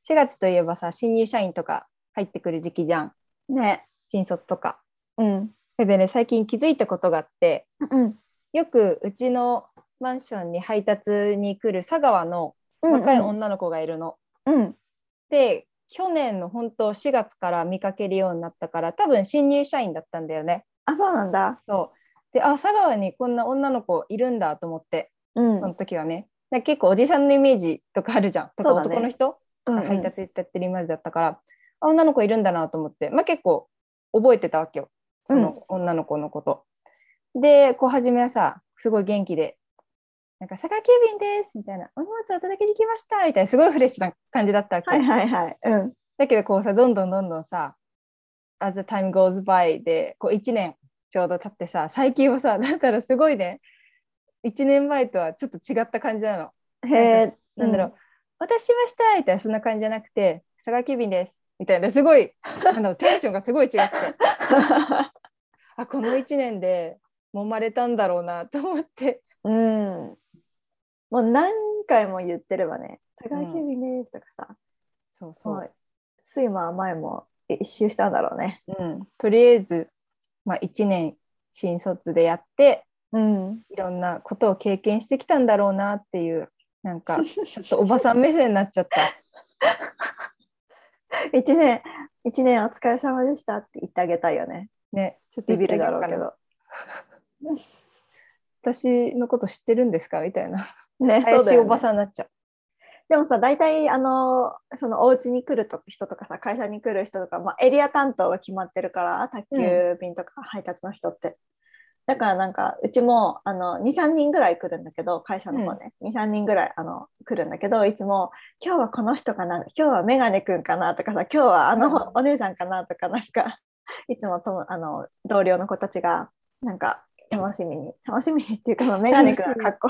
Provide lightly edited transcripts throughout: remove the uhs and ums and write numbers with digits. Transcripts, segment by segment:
4月といえばさ、新入社員とか入ってくる時期じゃん。 ね。 新卒とか。 うん。 それでね、最近気づいたことがあって、 うんよくうちのマンションに配達に来る佐川の若いうん女の子がいるの。 うん。 で、去年の本当4月から見かけるようになったから、多分新入社員だったんだよね。 あ、そうなんだ。 そうで、佐川にこんな女の子いるんだと思って、 うん。 その時はね。で結構おじさんのイメージとかあるじゃん。とかそうだね。 男の人が配うんうん。 達やってるイメージだったから、女の子いるんだなと思って、まあ、結構覚えてたわけよ。そのうん。 女の子のこと。で、こう初めはさ、すごい元気で、なんか佐川急便ですみたいな、お荷物お届けに来ましたみたいな、すごいフレッシュな感じだったわけはいよ。 はいはい。うん。 だけどこうさ、どんどんどんどんさ、as the time goes by で、こう1年ちょうど経ってさ、最近はさ、だったらすごいね、1年前とはちょっと違った感じなの。なんか、 へえ、うん。 なんだろう、私しましたみたいな、そんな感じじゃなくて、佐川急便ですみたいな、すごい、なんだろう、テンションがすごい違って、この1年で揉まれたんだろうなと思って。 うん。もう何回も言ってればね、佐川急うん、 便ですとかさ、もそうそう睡魔は前も一周したんだろうね。 う。うん、とりあえず、まあ、1年新卒でやって、 うん。 いろんなことを経験してきたんだろうなっていう、なんか、ちょっとおばさん目線になっちゃった。 一年、一年お疲れ様でしたって言ってあげたいよね。 ね、ちょっと言ってあビビるげようかな。 だろうけど。 私のこと知ってるんですかみたいな。 ね、そ怪しいおばうだよね。 さんになっちゃう。 でもさ、大体、そのお家に来る人とかさ、会社に来る人とか、まあ、エリア担当が決まってるから、宅うん。 急便とか配達の人って。だからなんか、うちも、2、3人ぐらい来るんだけど、会社うん。 の方ね、2、3人ぐらい、来るんだけど、いつも、今日はこの人かな、今日はメガネくんかなとかさ、今日はあのお姉さんかなとか、なんか、いつも同僚の子たちが、なんか、楽しみにっていうか、メガネくん楽しみ。 はかっこ、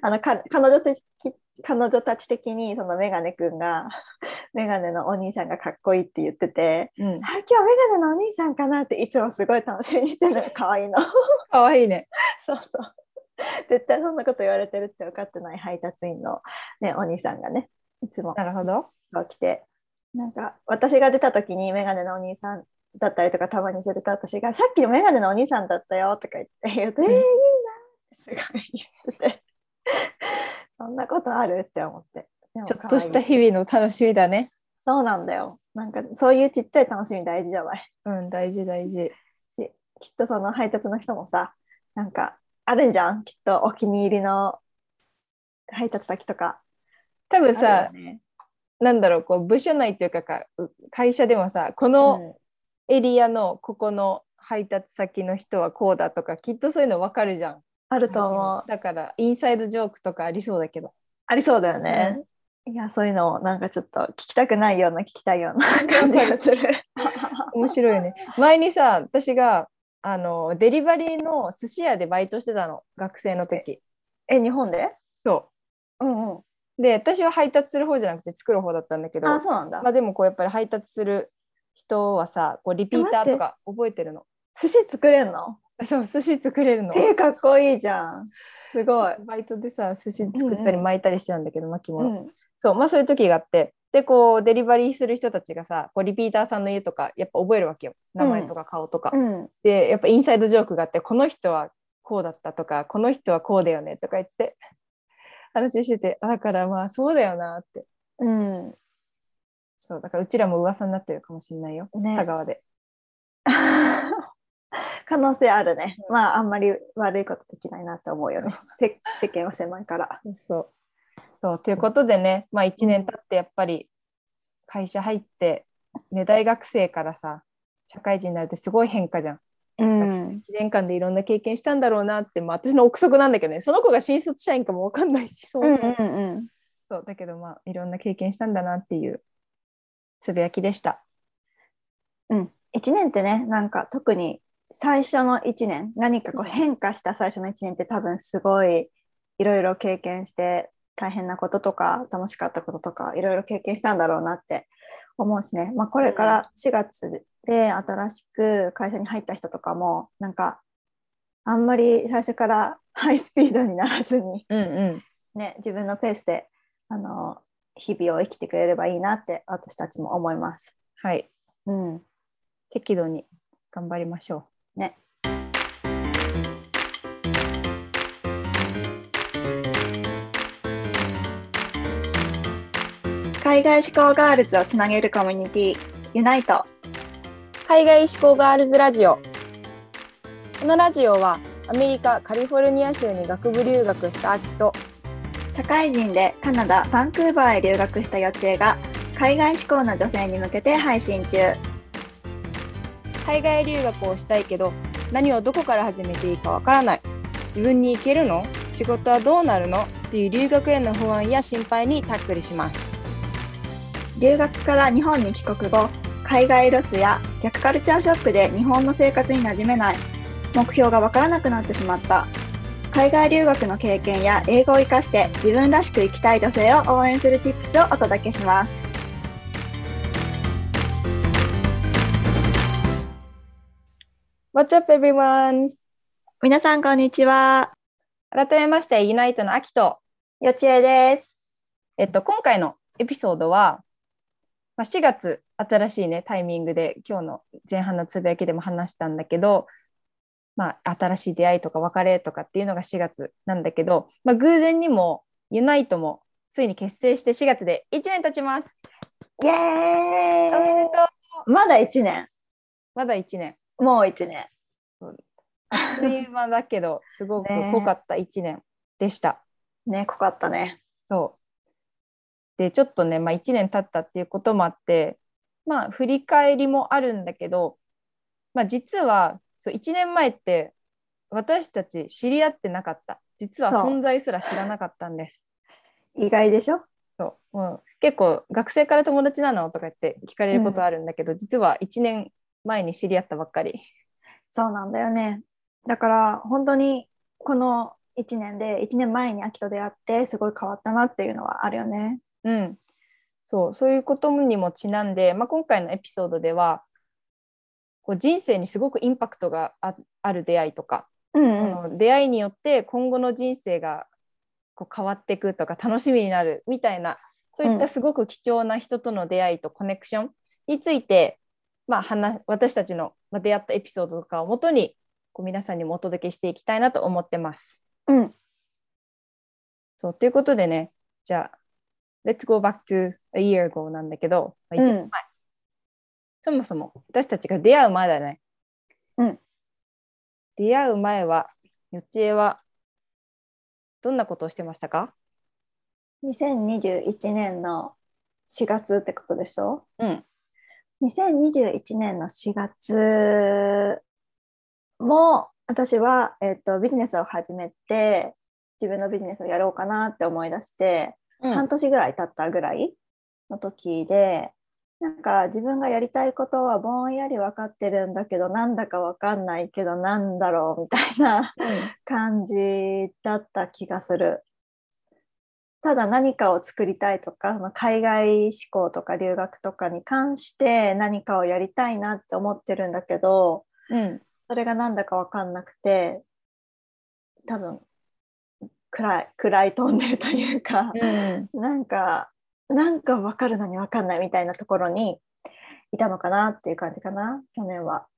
彼女たち的に、そのメガネくんが、メガネのお兄さんがかっこいいって言ってて、 うん。 今日メガネのお兄さんかなっていつもすごい楽しみにしてるのが可愛いの。 かわいいね。 そうそう。絶対そんなこと言われてるって分かってない配達員の、ね、お兄さんがね、いつもなるほど。 来て、なんか私が出た時にメガネのお兄さんだったりとか、たまにすると私がさっきのメガネのお兄さんだったよとか言って、いいなってすごい言ってて、そんなことあるって思って。でもちょっとした可愛い。 日々の楽しみだね。 そうなんだよ。なんかそういうちっちゃい楽しみ大事じゃないうん、大事大事。 し、きっとその配達の人もさ、なんかあるんじゃん、きっとお気に入りの配達先とかあるよ多分さ、 ね。 なんだろう、こう部署内というか、会社でもさ、このうん。 エリアのここの配達先の人はこうだとか、きっとそういうの分かるじゃん。 あると相手に。 思う。 だから、インサイドジョークとかありそうだけど。 ありそうだよね。 うん。 いや、そういうのをなんかちょっと聞きたくないような聞きたいような感じわかる。 がする。 面白いよね。前にさ、私がデリバリーの寿司屋でバイトしてたの、学生の時。 日本で。 そうんうん。 う。で、私は配達する方じゃなくて作る方だったんだけあ、 ど、 そうなんだ。 まあでもこうやっぱり配達する人はさ、こうリピーターと待って、 か覚えてるの。 寿司作れんの？ そう、寿司作れるの。 かっこいいじゃん。すごい。 バイトでさ、寿司う作ったりん巻いたりしてたんだけど、巻物。 うん。 そう、まあそういう時があって、で、こう、デリバリーする人たちがさ、こうリピーターさんの家とか、やっぱ覚えるわけよ。名前とうんか顔とか。 うん。 で、やっぱインサイドジョークがあって、この人はこうだったとか、この人はこうだよねとか言って話してて、だからまあそうだよなって。 うん。 そう、だからうちらも噂になってるかもしれないよ。佐ね。 川で。 可能性あるね。まあ、あんまり悪いことできないなって思うよね。世間は狭いから。 そう。そう、ということでね、まあ1年うん。 経ってやっぱり会社入って、ね、大学生からさ、社会人になるってすごい変化じゃん。 うだからん。 1年間でいろんな経験したんだろうなって、まあ、私の憶測なんだけどね、その子が新卒社員かも分かんないし、そうんもそも。 うんうん。 そうだけど、まあ、いろんな経験したんだなっていうつぶやきでした。 うん。1年ってね、なんか特に最初の1年、何かこううん変化した最初の1年って多分すごいいろいろ経験して大変なこととか楽しかったこととかいろいろ経験したんだろうなって思うしね、まあ、これから4月で新しく会社に入った人とかもなんかあんまり最初からハイスピードにならずに、 うんうんね、自分のペースであの日々を生きてくれればいいなって私たちも思います。 はい。 うん。 適度に頑張りましょう。ね。海外志向ガールズをつなげるコミュニティ、ユナイト。 海外志向ガールズラジオ。このラジオはアメリカ・カリフォルニア州に学部留学したアキと社会人でカナダ・バンクーバーへ留学したヨチエが海外志向の女性に向けて配信中。 海外留学をしたいけど何をどこから始めていいかわからない、自分に行けるの、仕事はどうなるのっていう留学への不安や心配にタックルします。 留学から日本に帰国後、海外ロスや逆カルチャーショックで日本の生活に馴染めない、目標がわからなくなってしまった、海外留学の経験や英語を生かして自分らしく生きたい女性を応援するチップスをお届けします。 What's up everyone? 皆さんこんにちは。 改めましてユナイトのアキとヨチエです。 今回のエピソードは、4月新しいねタイミングで今日の前半のつぶやきでも話したんだけど、新しい出会いとか別れとかっていうのが4月なんだけど、偶然にもユナイトもついに結成して4月で1年経ちます。 イエーイ。 おめでとう。まだ1年。 まだ1年。 もう1年。 あっという間だけどすごく濃かった1年でしたね。濃かったね。 そうでちょっとね、1年経ったっていうこともあって振り返りもあるんだけど、実はそう1年前って私たち知り合ってなかった。実は存在すら知らなかったんです。 意外でしょ。 そう、結構学生から友達なのとか言って聞かれることあるんだけど、実は1年前に知り合ったばっかり。 そうなんだよね。だから本当にこの1年で1年前に秋と出会ってすごい変わったなっていうのはあるよね。 うん、そういうことにもちなんで、今回のエピソードではこう人生にすごくインパクトがある出会いとか、この出会いによって今後の人生がこう変わっていくとか楽しみになるみたいな、そういったすごく貴重な人との出会いとコネクションについて、私たちの出会ったエピソードとかをもとにこう皆さんにもお届けしていきたいなと思ってます。そうということでね、じゃあ Let's go back to a year ago なんだけど、1年前、そもそも私たちが出会う前だね。出会う前はよちえはどんなことをしてましたか ？2021年の4月ってことでしょ。2021年の4月も私は、ビジネスを始めて自分のビジネスをやろうかなって思い出して、半年ぐらい経ったぐらいの時で、なんか自分がやりたいことはぼんやり分かってるんだけどなんだか分かんないけどなんだろうみたいな感じだった気がする。ただ何かを作りたいとか海外志向とか留学とかに関して何かをやりたいなって思ってるんだけど、それがなんだか分かんなくて、多分暗いトンネルというか、なんか分かるのに分かんないみたいなところにいたのかなっていう感じかな、去年は。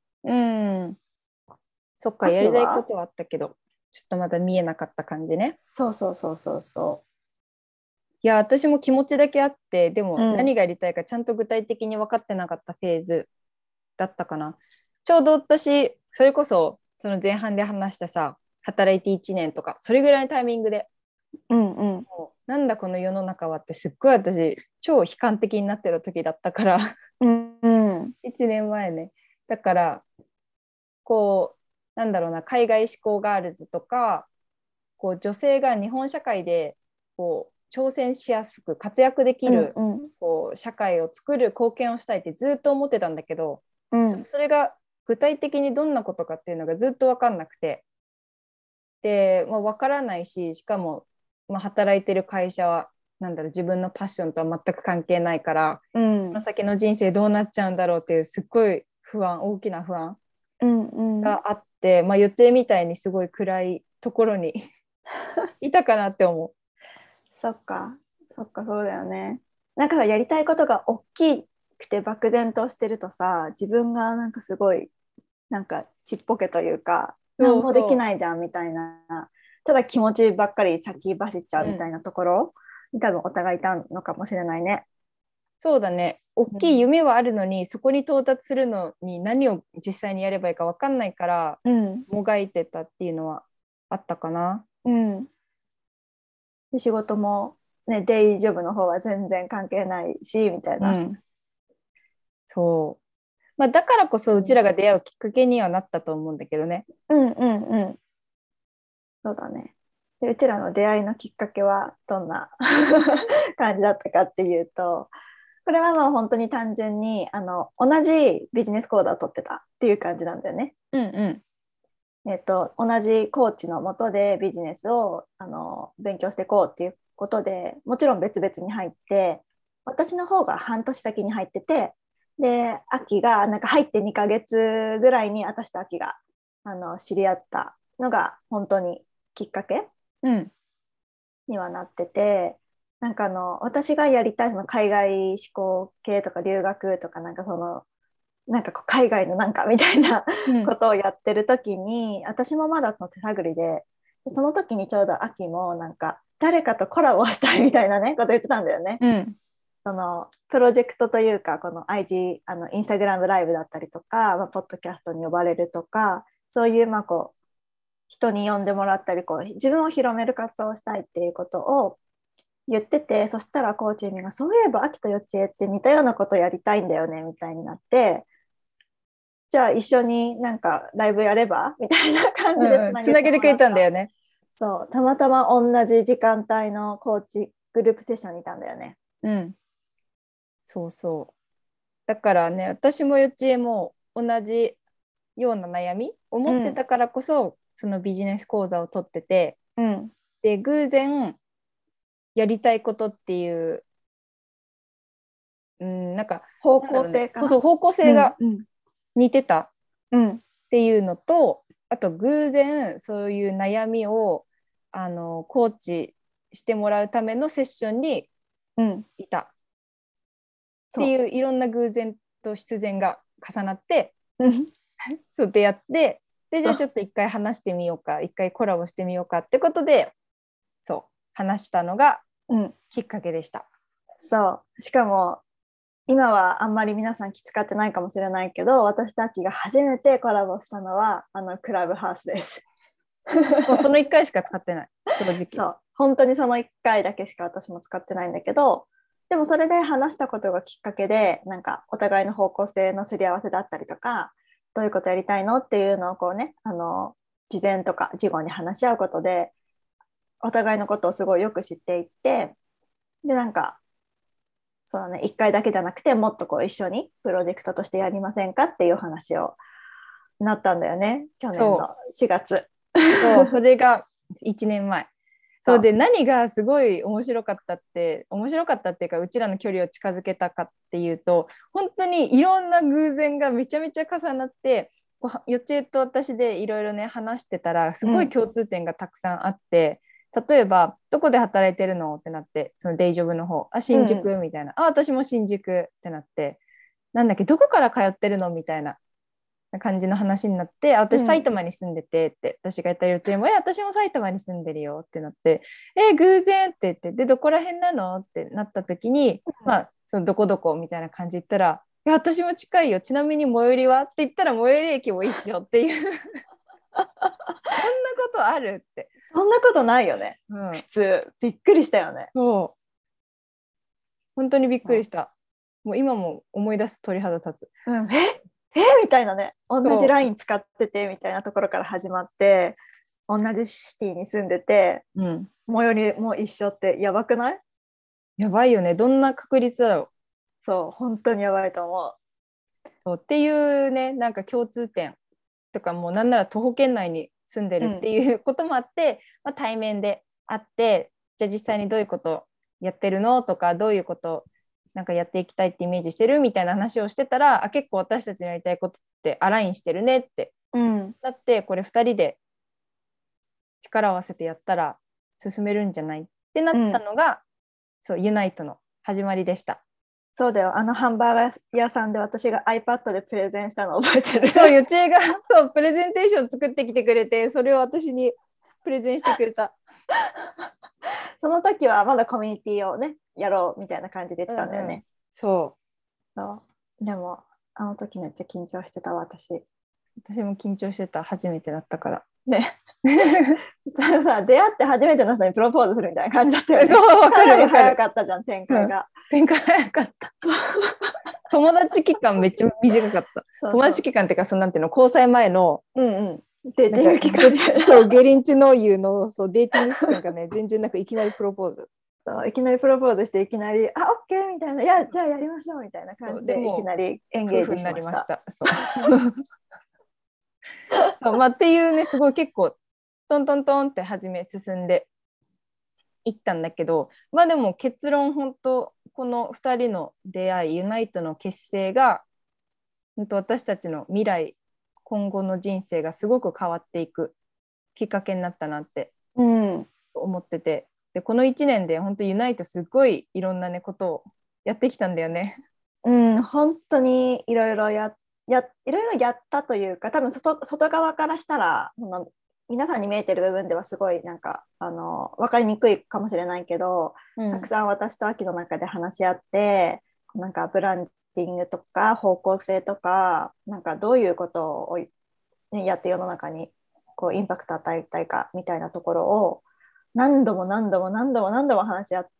そっか、やりたいことはあったけどちょっとまだ見えなかった感じね。 そう。 いや私も気持ちだけあって、でも何がやりたいかちゃんと具体的に分かってなかったフェーズだったかな。ちょうど私それこそその前半で話したさ、働いて1年とかそれぐらいのタイミングで、なんだこの世の中はってすっごい私超悲観的になってる時だったから1年前ね。だからこうなんだろうな、海外志向ガールズとかこう女性が日本社会でこう挑戦しやすく活躍できる、こう社会を作る貢献をしたいってずっと思ってたんだけど、それが具体的にどんなことかっていうのがずっと分かんなくて、で、分からないし、しかも、働いてる会社はなんだろう、自分のパッションとは全く関係ないから、この先の人生どうなっちゃうんだろうっていうすっごい大きな不安があって、よちえみたいにすごい暗いところにいたかなって思う。 そっかそうだよね。 なんかさ、やりたいことが大きくて漠然としてるとさ、自分がなんかすごいなんかちっぽけというか、なんもできそうそないじゃんみたいな、ただ気持ちばっかり先走っちゃう、うん、 うみたいなところに多分お互いいたのかもしれないね。 そうだね。大きい夢はあるのに、そこに到達するのに何を実際にやればいいか分かんないから、 うん、 もがいてたっていうのはあったかな。 うん。で仕事もね、デイジョブの方は全然関係ないしみたいな。 うん。そう。まあ、だからこそうちらが出会うきっかけにはなったと思うんだけどね。 うんうんうん。そうだね。で、うちらの出会いのきっかけはどんな感じだったかっていうと、これはまあ本当に単純に同じビジネス講座を取ってたっていう感じなんだよね。 うんうん同じコーチのもとでビジネスを勉強していこうっていうことでもちろん別々に入って、私の方が半年先に入ってて、で秋がなんか入って2ヶ月ぐらいに私と秋が知り合ったのが本当にきっかけうんにはなってて、なんか私がやりたいその海外志向系とか留学とかなんかなんかこう海外のなんかみたいなうんことをやってる時に私もまだの手探りでその時にちょうど秋もなんか誰かとコラボしたいみたいなねこと言ってたんだよね。 うんそのプロジェクトというかこの IG インスタグラムライブだったりとか、まあ、ポッドキャストに呼ばれるとかそういうまあこう人に呼んでもらったりこう自分を広める活動をしたいっていうことを言ってて、そしたらコーチにがそういえば秋とよちえって似たようなことやりたいんだよねみたいになって、じゃあ一緒になんかライブやればみたいな感じでうんうん、 つなげてつなげてくれもらった。 たんだよね。 そう、たまたま同じ時間帯のコーチグループセッションにいたんだよね。 うん、そうそう。だからね、私もよちえも同じような悩みを持ってうんたからこそ、そのビジネス講座を取ってて、 うんで、偶然やりたいことっていう、うん、なんか、 方向なんだろうね、 性かな。 そうそう、方向性がうんうん似てたっうんていうのと、あと偶然そういう悩みをコーチしてもらうためのセッションにうんいたってそいういろんな偶然と必然が重なってう。うんそう出会って、でじゃあちょそうっと一回話してみようか、一回コラボしてみようかってことでそう話したのがうんきっかけでした。 そう。しかも今はあんまり皆さん気遣ってないかもしれないけど、私とアキが初めてコラボしたのはクラブハウスです。 もうその一回しか使ってない、正直。 そう本当にその1回だけしか私も使ってないんだけど、でもそれで話したことがきっかけでなんかお互いの方向性のすり合わせだったりとか、どういうことやりたいのっていうのをこうね事前とか事後に話し合うことでお互いのことをすごいよく知っていって、でなんかそうだね、1回だけじゃなくてもっとこう一緒にプロジェクトとしてやりませんかっていう話をなったんだよね、去年その4月。 うそう、それが1年前。そうそうで、何がすごい面白かったっていうか、うちらの距離を近づけたかっていうと、本当にいろんな偶然がめちゃめちゃ重なって、よちえと私でいろいろね話してたらすごいうん共通点がたくさんあって、例えばどこで働いてるのってなって、そのデイジョブの方、あ新うん宿みたいな、あ私も新宿ってなって、なんだっけどこから通ってるのみたいな感じの話になって、あ私埼うん玉に住んでてって私が言った幼稚園も私も埼玉に住んでるよってなって、偶然って言って、でどこら辺なのってなった時に、まあそのどこどこみたいな感じ言ったら、私も近いよ、ちなみに最寄りはって言ったら最寄り駅も一緒っていうそんなことあるって、 そんなことないよね、 うん、 普通。びっくりしたよね。 そう本当にびっくりした。もう今も思い出す鳥肌立つ。 うん、みたいなね、同じそライン使っててみたいなところから始まって、同じシティに住んでてう、うん、 最寄りも一緒ってやばくない？ やばいよね、どんな確率だろう。 そう本当にやばいと思そうっていうね、なんか共通点とか、もうなんなら徒歩圏内に住んでう。 るっていうこともあって、まあ、対面で会って、じゃあ実際にどういうことやってるのとか、どういうことなんかやっていきたいってイメージしてるみたいな話をしてたら、あ結構私たちのやりたいことってアラインしてるねってうんなって、これ2人で力を合わせてやったら進めるんじゃないってなったうんのが、そうユナイトの始まりでした。 そうだよ、ハンバーガー屋さんで私が iPad でプレゼンしたの覚えてる？ そう、よちえがそうプレゼンテーション作ってきてくれて、それを私にプレゼンしてくれた。 その時はまだコミュニティをねやろうみたいな感じで言ってたんだよね。 うんうん、そう 。でもあの時めっちゃ緊張してたわ私。 私も緊張してた、初めてだったからね。出会って初めての人にプロポーズするみたいな感じだったよね。 そう、わかるわかる。 早かったじゃん、展開が。 展開早かった。友達期間めっちゃ短かった。そうそう、友達期間っていうか、なんていうの、交際前の、 デーティング期間みたいな。 そう、ゲリンチの湯のそうデーティング期間がね、全然いきなりプロポーズ。 そういきなりプロポーズしていきなり「あ、オッケー」みたいな「いや、じゃあやりましょう」みたいな感じでいきなりエンゲージしました。 そうまあ、っていうね、すごい結構トントントンって始め進んでいったんだけど、まあでも結論本当この2人の出会い、ユナイトの結成が本当私たちの未来、今後の人生がすごく変わっていくきっかけになったなって思ってて、でこの1年で本当ユナイトすごいいろんなねことをやってきたんだよね。 本当にいろいろやったというか、多分外側からしたら皆さんに見えてる部分ではすごい分かりにくいかもしれないけど、たくさん私と秋の中で話し合って、ブランディングとか方向性とかどういうことを、ね、やって世の中にこうインパクト与えたいかみたいなところを何度も話し合って、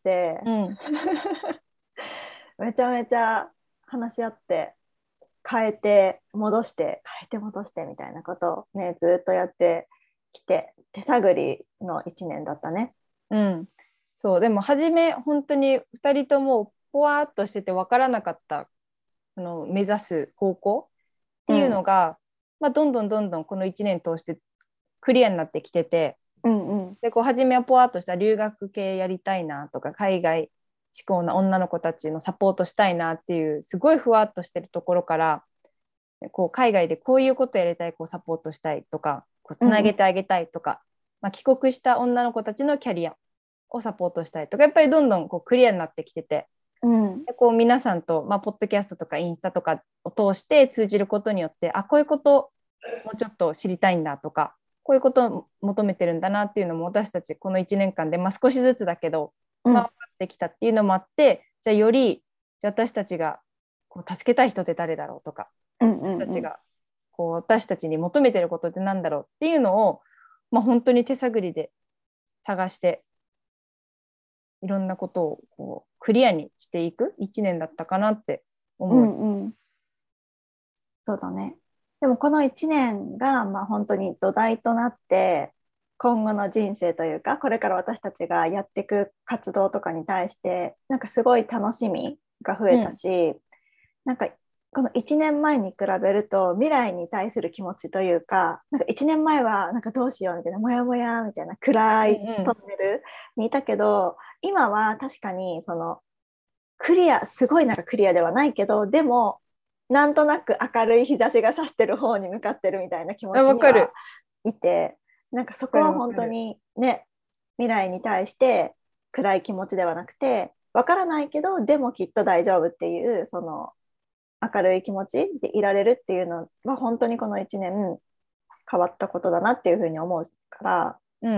めちゃめちゃ話し合って変えて戻してみたいなことをねずっとやってきて、手探りの1年だったね。 そうでも初め本当に2人ともぽわっとしてて分からなかった目指す方向っていうのが、どんどんこの1年通してクリアになってきてて、でこう初めはぽわっとした留学系やりたいなとか、海外志向な女の子たちのサポートしたいなっていうすごいふわっとしてるところから、こう海外でこういうことやりたい、こうサポートしたいとか、こうつなげてあげたいとか、帰国した女の子たちのキャリアをサポートしたいとか、やっぱりどんどんこうクリアになってきてて、でこう皆さんと、ポッドキャストとかインスタとかを通して通じることによって、こういうこともうちょっと知りたいんだとか、こういうことを求めてるんだなっていうのも私たちこの1年間で、少しずつだけど、分かってきたっていうのもあって、じゃあより私たちがこう助けたい人って誰だろうとか、私たちがこう私たちに求めてることって何だろうっていうのを、本当に手探りで探していろんなことをこうクリアにしていく1年だったかなって思う。 そうだね。でもこの1年が本当に土台となって今後の人生というか、これから私たちがやっていく活動とかに対してすごい楽しみが増えたし、この1年前に比べると未来に対する気持ちというか、1年前はどうしようみたいな、モヤモヤみたいな暗いトンネルにいたけど、今は確かにクリア、すごいクリアではないけど、でもなんとなく明るい日差しが差してる方に向かってるみたいな気持ちにはいて、そこは本当にね、未来に対して暗い気持ちではなくて、わからないけどでもきっと大丈夫っていう明るい気持ちでいられるっていうのは本当にこの1年変わったことだなっていうふうに思うから、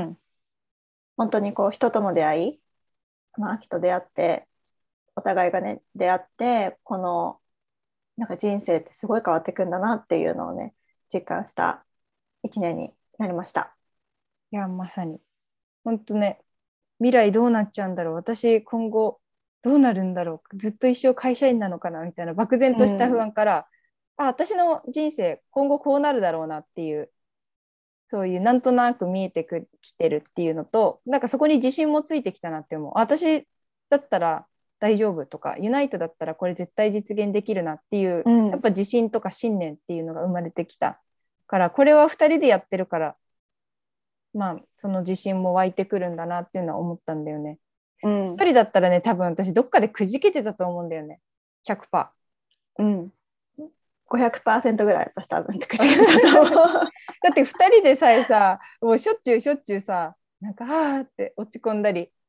本当にこう人との出会い、秋と出会ってお互いがね出会って、この人生ってすごい変わっていくんだなっていうのをね実感した1年になりました。 いやまさに本当ね、未来どうなっちゃうんだろう、私今後どうなるんだろう、ずっと一生会社員なのかなみたいな漠然とした不安から、私の人生今後こうなるだろうなっていう、そういうなんとなく見えてきてるっていうのと、そこに自信もついてきたなって思う。私だったら大丈夫とか、ユナイトだったらこれ絶対実現できるなっていう、やっぱ自信とか信念っていうのが生まれてきたから、これは2人でやってるから、その自信も湧いてくるんだなっていうのは思ったんだよね。1人だったらね、多分私どっかでくじけてたと思うんだよね、100%。 500% ぐらい私多分くじけてたと思う。 だって2人でさえさ、もうしょっちゅうさ、あーって落ち込んだり、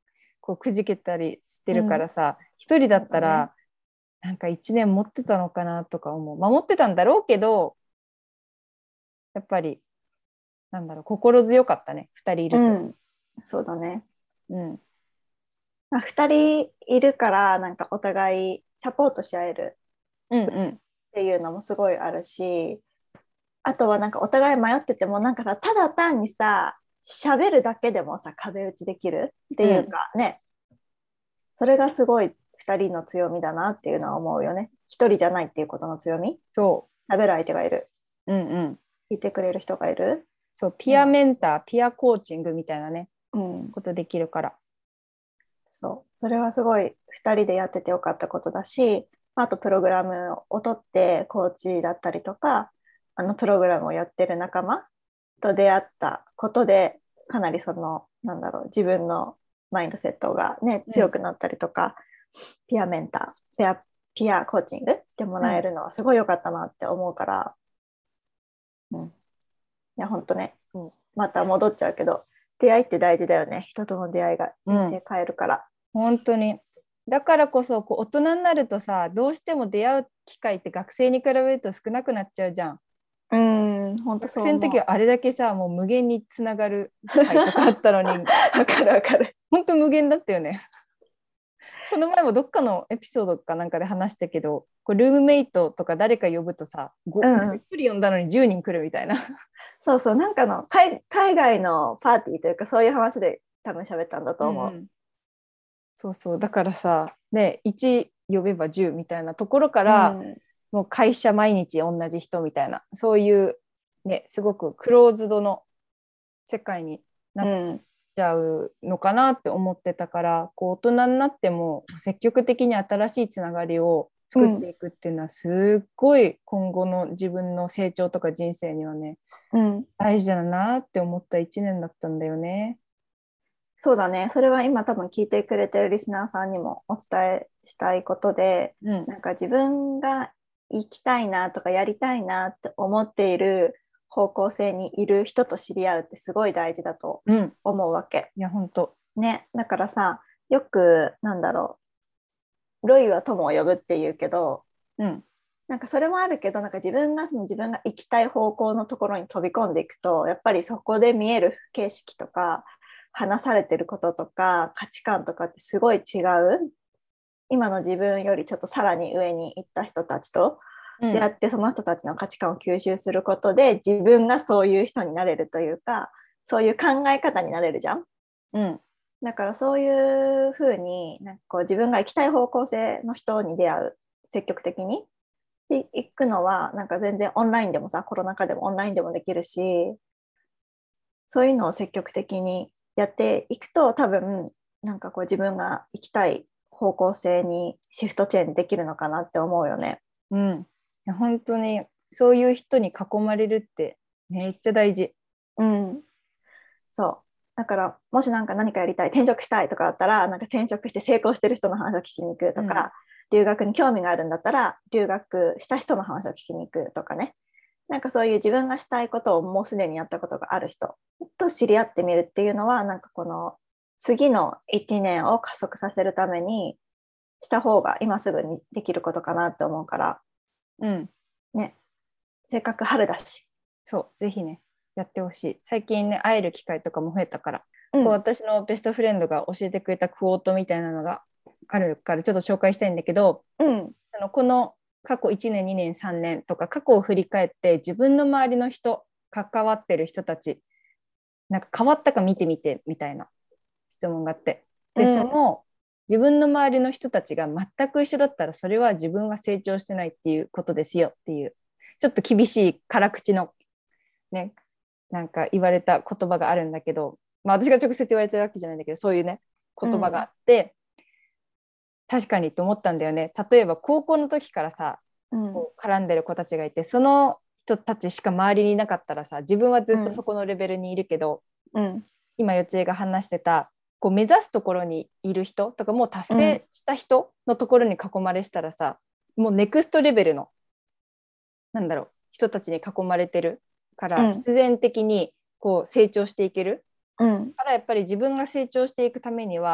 こうくじけたりしてるからさ、一人だったらなんか1年持ってたのかなとか思う。まあ、持ってたんだろうけど、やっぱりなんだろう、心強かったね、2人いると。 そうだね。 うん、 まあ、2人いるからなんかお互いサポートし合えるうんうんっていうのもすごいあるし、あとはなんかお互い迷っててもなんかさ、ただ単にさ喋るだけでもさ壁打ちできるっていうかね、それがすごい2人の強みだなっていうのは思うよね。1人じゃないっていうことの強み。 そ喋る相手がいる、 う、うんうん、 聞いてくれる人がいる。 そう、ピアメンター、ピアコーチングみたいなね、 うん、 ことできるから。 そう、それはすごい2人でやっててよかったことだし、あとプログラムを取ってコーチだったりとか、プログラムをやってる仲間と出会ったことで、かなりそのなんだろう、自分のマインドセットがね強くなったりとか、ピアメンター、ピアコーチングしてもらえるのはすごい良かったなって思うから、うん、いや本当ね、また戻っちゃうけど、出会いって大事だよね。人との出会いが人生変えるから。 本当に。だからこそこう大人になるとさ、どうしても出会う機会って学生に比べると少なくなっちゃうじゃん。 本当学生のそう思う。 時はあれだけさ、もう無限につながる機会とかあったのに、 わかるわかる。 本当無限だったよね。この前もどっかのエピソードかなんかで話したけど、こうルームメイトとか誰か呼ぶとさ、1人呼んだのに10人来るみたいな。 そうそう、なんかの海外のパーティーというかそういう話で多分喋ったんだと思う。 そうそう、だからさ、ね、1呼べば10みたいなところから、もう会社毎日同じ人みたいな、そういう、ね、すごくクローズドの世界になっちゃうのかなって思ってたから、こう大人になっても積極的に新しいつながりを作っていくっていうのはすっごい今後の自分の成長とか人生にはね、大事だなって思った1年だったんだよね。 そうだね。それは今多分聞いてくれてるリスナーさんにもお伝えしたいことで、なんか自分が行きたいなとかやりたいなって思っている方向性にいる人と知り合うってすごい大事だと思うわけ。 いや本当ね、だからさ、よくなんだろう、ロイは友を呼ぶって言うけど、なんかそれもあるけど、なんか自分が行きたい方向のところに飛び込んでいくと、やっぱりそこで見える景色とか話されてることとか価値観とかってすごい違う。今の自分よりちょっとさらに上に行った人たちと出会って、その人たちの価値観を吸収することで自分がそういう人になれるというか、そういう考え方になれるじゃん。だからそういうふうになんかこう自分が行きたい方向性の人に出会う、積極的にで行くのはなんか全然オンラインでもさ、コロナ禍でもオンラインでもできるし、そういうのを積極的にやっていくと多分なんかこう自分が行きたい方向性にシフトチェンジできるのかなって思うよね。 いや本当にそういう人に囲まれるってめっちゃ大事。 そうだからもし何かやりたい、転職したいとかだったら、なんか転職して成功してる人の話を聞きに行くとか、留学に興味があるんだったら留学した人の話を聞きに行くとかね、なんかそういう自分がしたいことをもうすでにやったことがある人と知り合ってみるっていうのは、なんかこの次の1年を加速させるためにした方が今すぐにできることかなって思うから、ね、せっかく春だし、 そうぜひねやってほしい。最近ね会える機会とかも増えたから、こう私のベストフレンドが教えてくれたクォートみたいなのがあるからちょっと紹介したいんだけど、この過去1年2年3年とか過去を振り返って自分の周りの人、関わってる人たちなんか変わったか見てみてみたいな質問があって、でその自分の周りの人たちが全く一緒だったらそれは自分は成長してないっていうことですよっていう、ちょっと厳しい辛口のねなんか言われた言葉があるんだけど、まあ、私が直接言われたわけじゃないんだけど、そういうね言葉があって、確かにと思ったんだよね。例えば高校の時からさ、こう絡んでる子たちがいて、その人たちしか周りにいなかったらさ、自分はずっとそこのレベルにいるけど、今よちえが話してたこう目指すところにいる人とかもう達成した人のところに囲まれしたらさ、もうネクストレベルのなんだろう人たちに囲まれてるから必然的にこう成長していける、からやっぱり自分が成長していくためには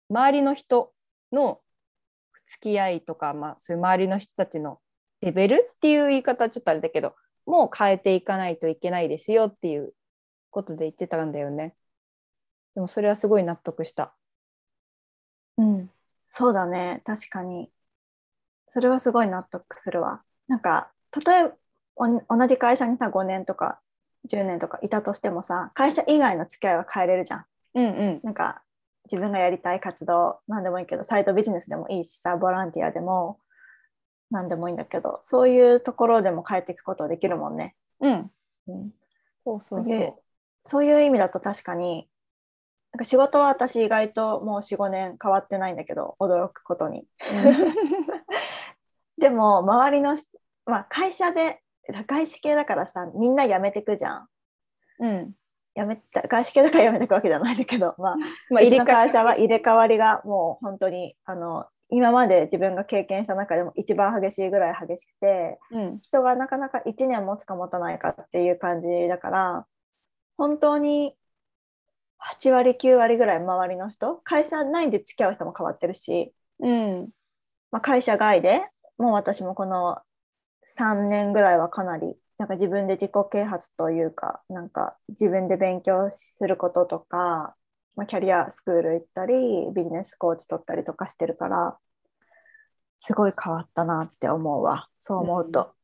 周りの人の付き合いとか、そういう周りの人たちのレベルっていう言い方はちょっとあれだけど、もう変えていかないといけないですよっていうことで言ってたんだよね。でもそれはすごい納得した。 うん、そうだね、確かに。それはすごい納得するわ。なんか、例えば同じ会社にさ、5年とか10年とかいたとしてもさ、会社以外の付き合いは変えれるじゃん。 うんうん。 なんか、自分がやりたい活動、なんでもいいけど、サイトビジネスでもいいしさ、ボランティアでも、なんでもいいんだけど、そういうところでも変えていくことできるもんね。 うん。 うん、 そうそうそそういう意味だと確かに、なんか仕事は私意外ともう4、5年変わってないんだけど、驚くことに。 う。うん。 でも、周りの会社で、外資系だからさ、みんな辞めてくじゃん。 うん。 外資系だから辞めてくわけじゃないんだけど、うちの入れ替会社はわり。 入れ替わりがもう本当に今まで自分が経験した中でも一番激しいぐらい激しくて、 うん。 人がなかなか1年持つか持たないかっていう感じだから、本当に8割9割ぐらい周りの人、会社内で付き合う人も変わってるし、 うん。 会社外でもう私もこの3年ぐらいはかなりなんか自分で自己啓発というか、なんか自分で勉強することとか、キャリアスクール行ったりビジネスコーチ取ったりとかしてるから、すごい変わったなって思うわ、そう思ううん。 と。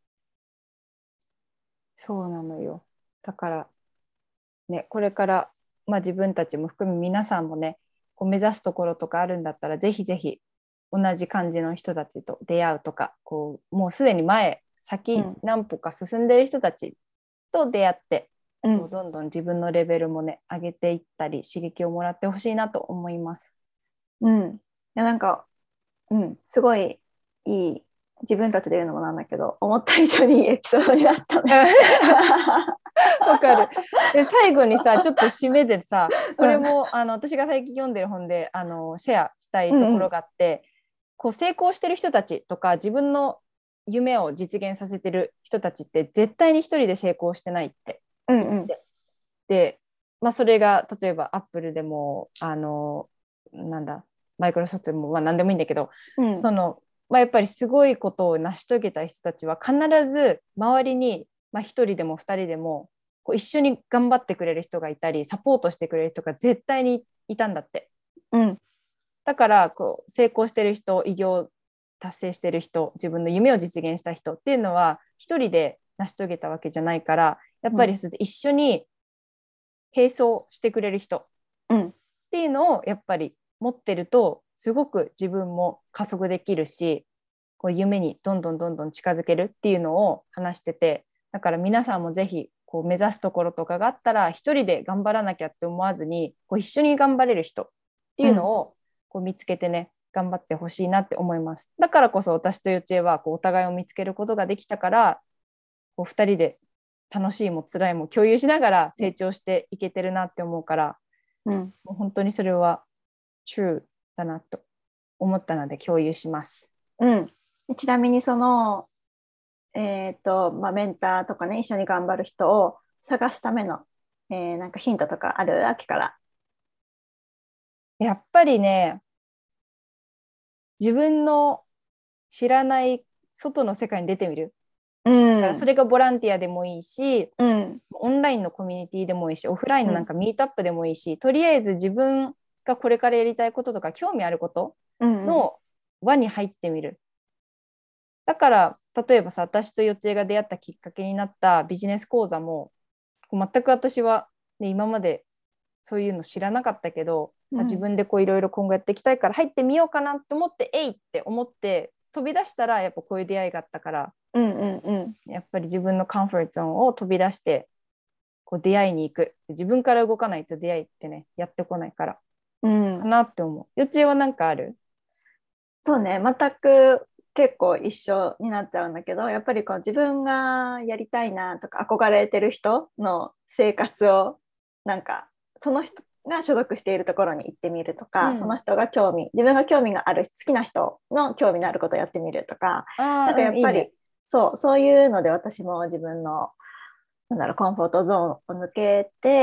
そうなのよ。だからね、これから、自分たちも含め皆さんもね、こう目指すところとかあるんだったら、ぜひぜひ同じ感じの人たちと出会うとか、こうもうすでに先うん何歩か進んでる人たちと出会って、 うんこうどんどん自分のレベルもね、上げていったり、刺激をもらってほしいなと思います。 うん。いやなんか、すごいいい、自分たちで言うのもなんだけど、思った以上にいいエピソードになったね。 わかる。で、最後にさ、ちょっと締めでさ、これうんも私が最近読んでる本でシェアしたいところうんうんがあって、こう成功してる人たちとか自分の夢を実現させてる人たちって絶対に一人で成功してないってうんうん。 言って、で、それが例えばアップルでもなんだマイクロソフトでも何でもいいんだけど、 うんそのやっぱりすごいことを成し遂げた人たちは必ず周りに、1人でも2人でもこう一緒に頑張ってくれる人がいたりサポートしてくれる人が絶対にいたんだって。 うんだからこう成功してる人、偉業達成してる人、自分の夢を実現した人っていうのは一人で成し遂げたわけじゃないから、やっぱり一緒に並走してくれる人っうんていうのをやっぱり持ってるとすごく自分も加速できるし、こう夢にどんどんどんどん近づけるっていうのを話してて、だから皆さんもぜひこう目指すところとかがあったら一人で頑張らなきゃって思わずに、こう一緒に頑張れる人っていうのをこう見つけてね、頑張ってほしいなって思います。だからこそ私とよちえはこうお互いを見つけることができたから、こう2人で楽しいも辛いも共有しながら成長していけてるなって思うから、 うんもう本当にそれは true だなと思ったので共有します。 うん。ちなみにその、メンターとかね、一緒に頑張る人を探すための、なんかヒントとかある秋から。 やっぱりね、自分の知らない外の世界に出てみる。 うだからそん。 れがボランティアでもいいし、 うん。 オンラインのコミュニティでもいいし、オフラインのなんうん。 かミートアップでもいいし、とりあえず自分がこれからやりたいこととか興味あることうん。うん。 の輪に入ってみる。だから例えばさ、私とよちえが出会ったきっかけになったビジネス講座も全く私は、ね、今までそういうの知らなかったけど、自分でこういろいろ今後やっていきたいから入ってみようかなと思ってえいって思って飛び出したら、やっぱこういう出会いがあったから、 うんうんうん。 やっぱり自分のカンフォートゾーンを飛び出してこう出会いに行く。自分から動かないと出会いってね、やってこないからうん。 かなって思う。よちえは何かある？ そうね、全く結構一緒になっちゃうんだけど、やっぱりこう自分がやりたいなとか憧れてる人の生活を、なんかその人が所属しているところに行ってみるとか、その人が自分が興味がある好きな人の興味のあることをやってみるとか、なんかやっぱりいいね。 そういうので私も自分のコンフォートゾーンを抜けて、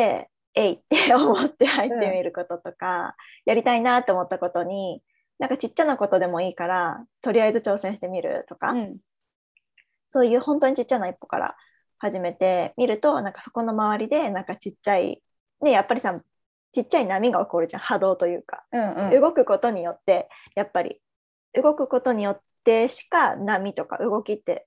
えいって思って入ってみることとか、やりたいなと思ったことになんかちっちゃなことでもいいからとりあえず挑戦してみるとか、そういう本当にちっちゃな一歩から始めてみると、なんかそこの周りでなんかちっちゃい、ね、やっぱりさ、ちっちゃい波が起こるじゃん、波動というか、動くことによってやっぱり動くことによってしか波とか動きって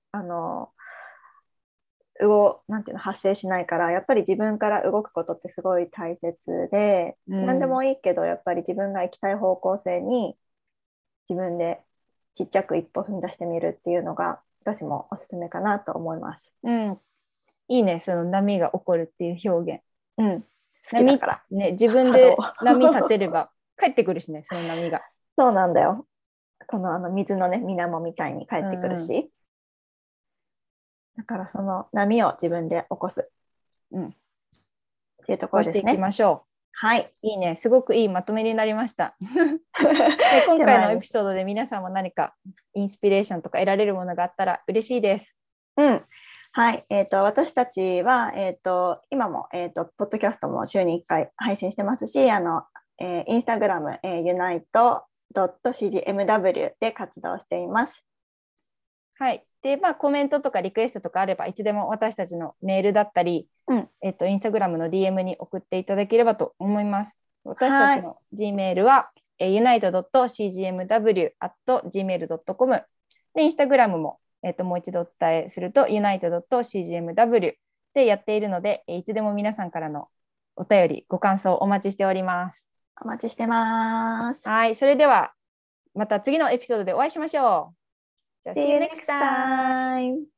なんていうの発生しないから、やっぱり自分から動くことってすごい大切で、何でもいいけどやっぱり自分が行きたい方向性に自分でちっちゃく一歩踏み出してみるっていうのが私もおすすめかなと思います。 いいね、その波が起こるっていう表現。 好きだから。 ね、自分で波立てれば帰ってくるしね、その波が。 そうなんだよ。この水のね、水面みたいに帰ってくるし。だからその波を自分で起こす。っていうところですね。 起こしていきましょう。 はい。 いいね、すごくいいまとめになりました。で今回のエピソードで皆さんも何かインスピレーションとか得られるものがあったら嬉しいです。 はい、私たちは、今も、ポッドキャストも週に1回配信してますし、インスタグラム、unite.cgmw で活動しています。 はい。で、コメントとかリクエストとかあれば、いつでも私たちのメールだったり、インスタグラムの DM に送っていただければと思います。私たちの Gmail は、unite.cgmw@gmail.com で、インスタグラムも、もう一度お伝えすると unite.cgmw でやっているので、いつでも皆さんからのお便り、ご感想お待ちしております。 お待ちしてます。 はい、それではまた次のエピソードでお会いしましょう。じゃあ、See you next time!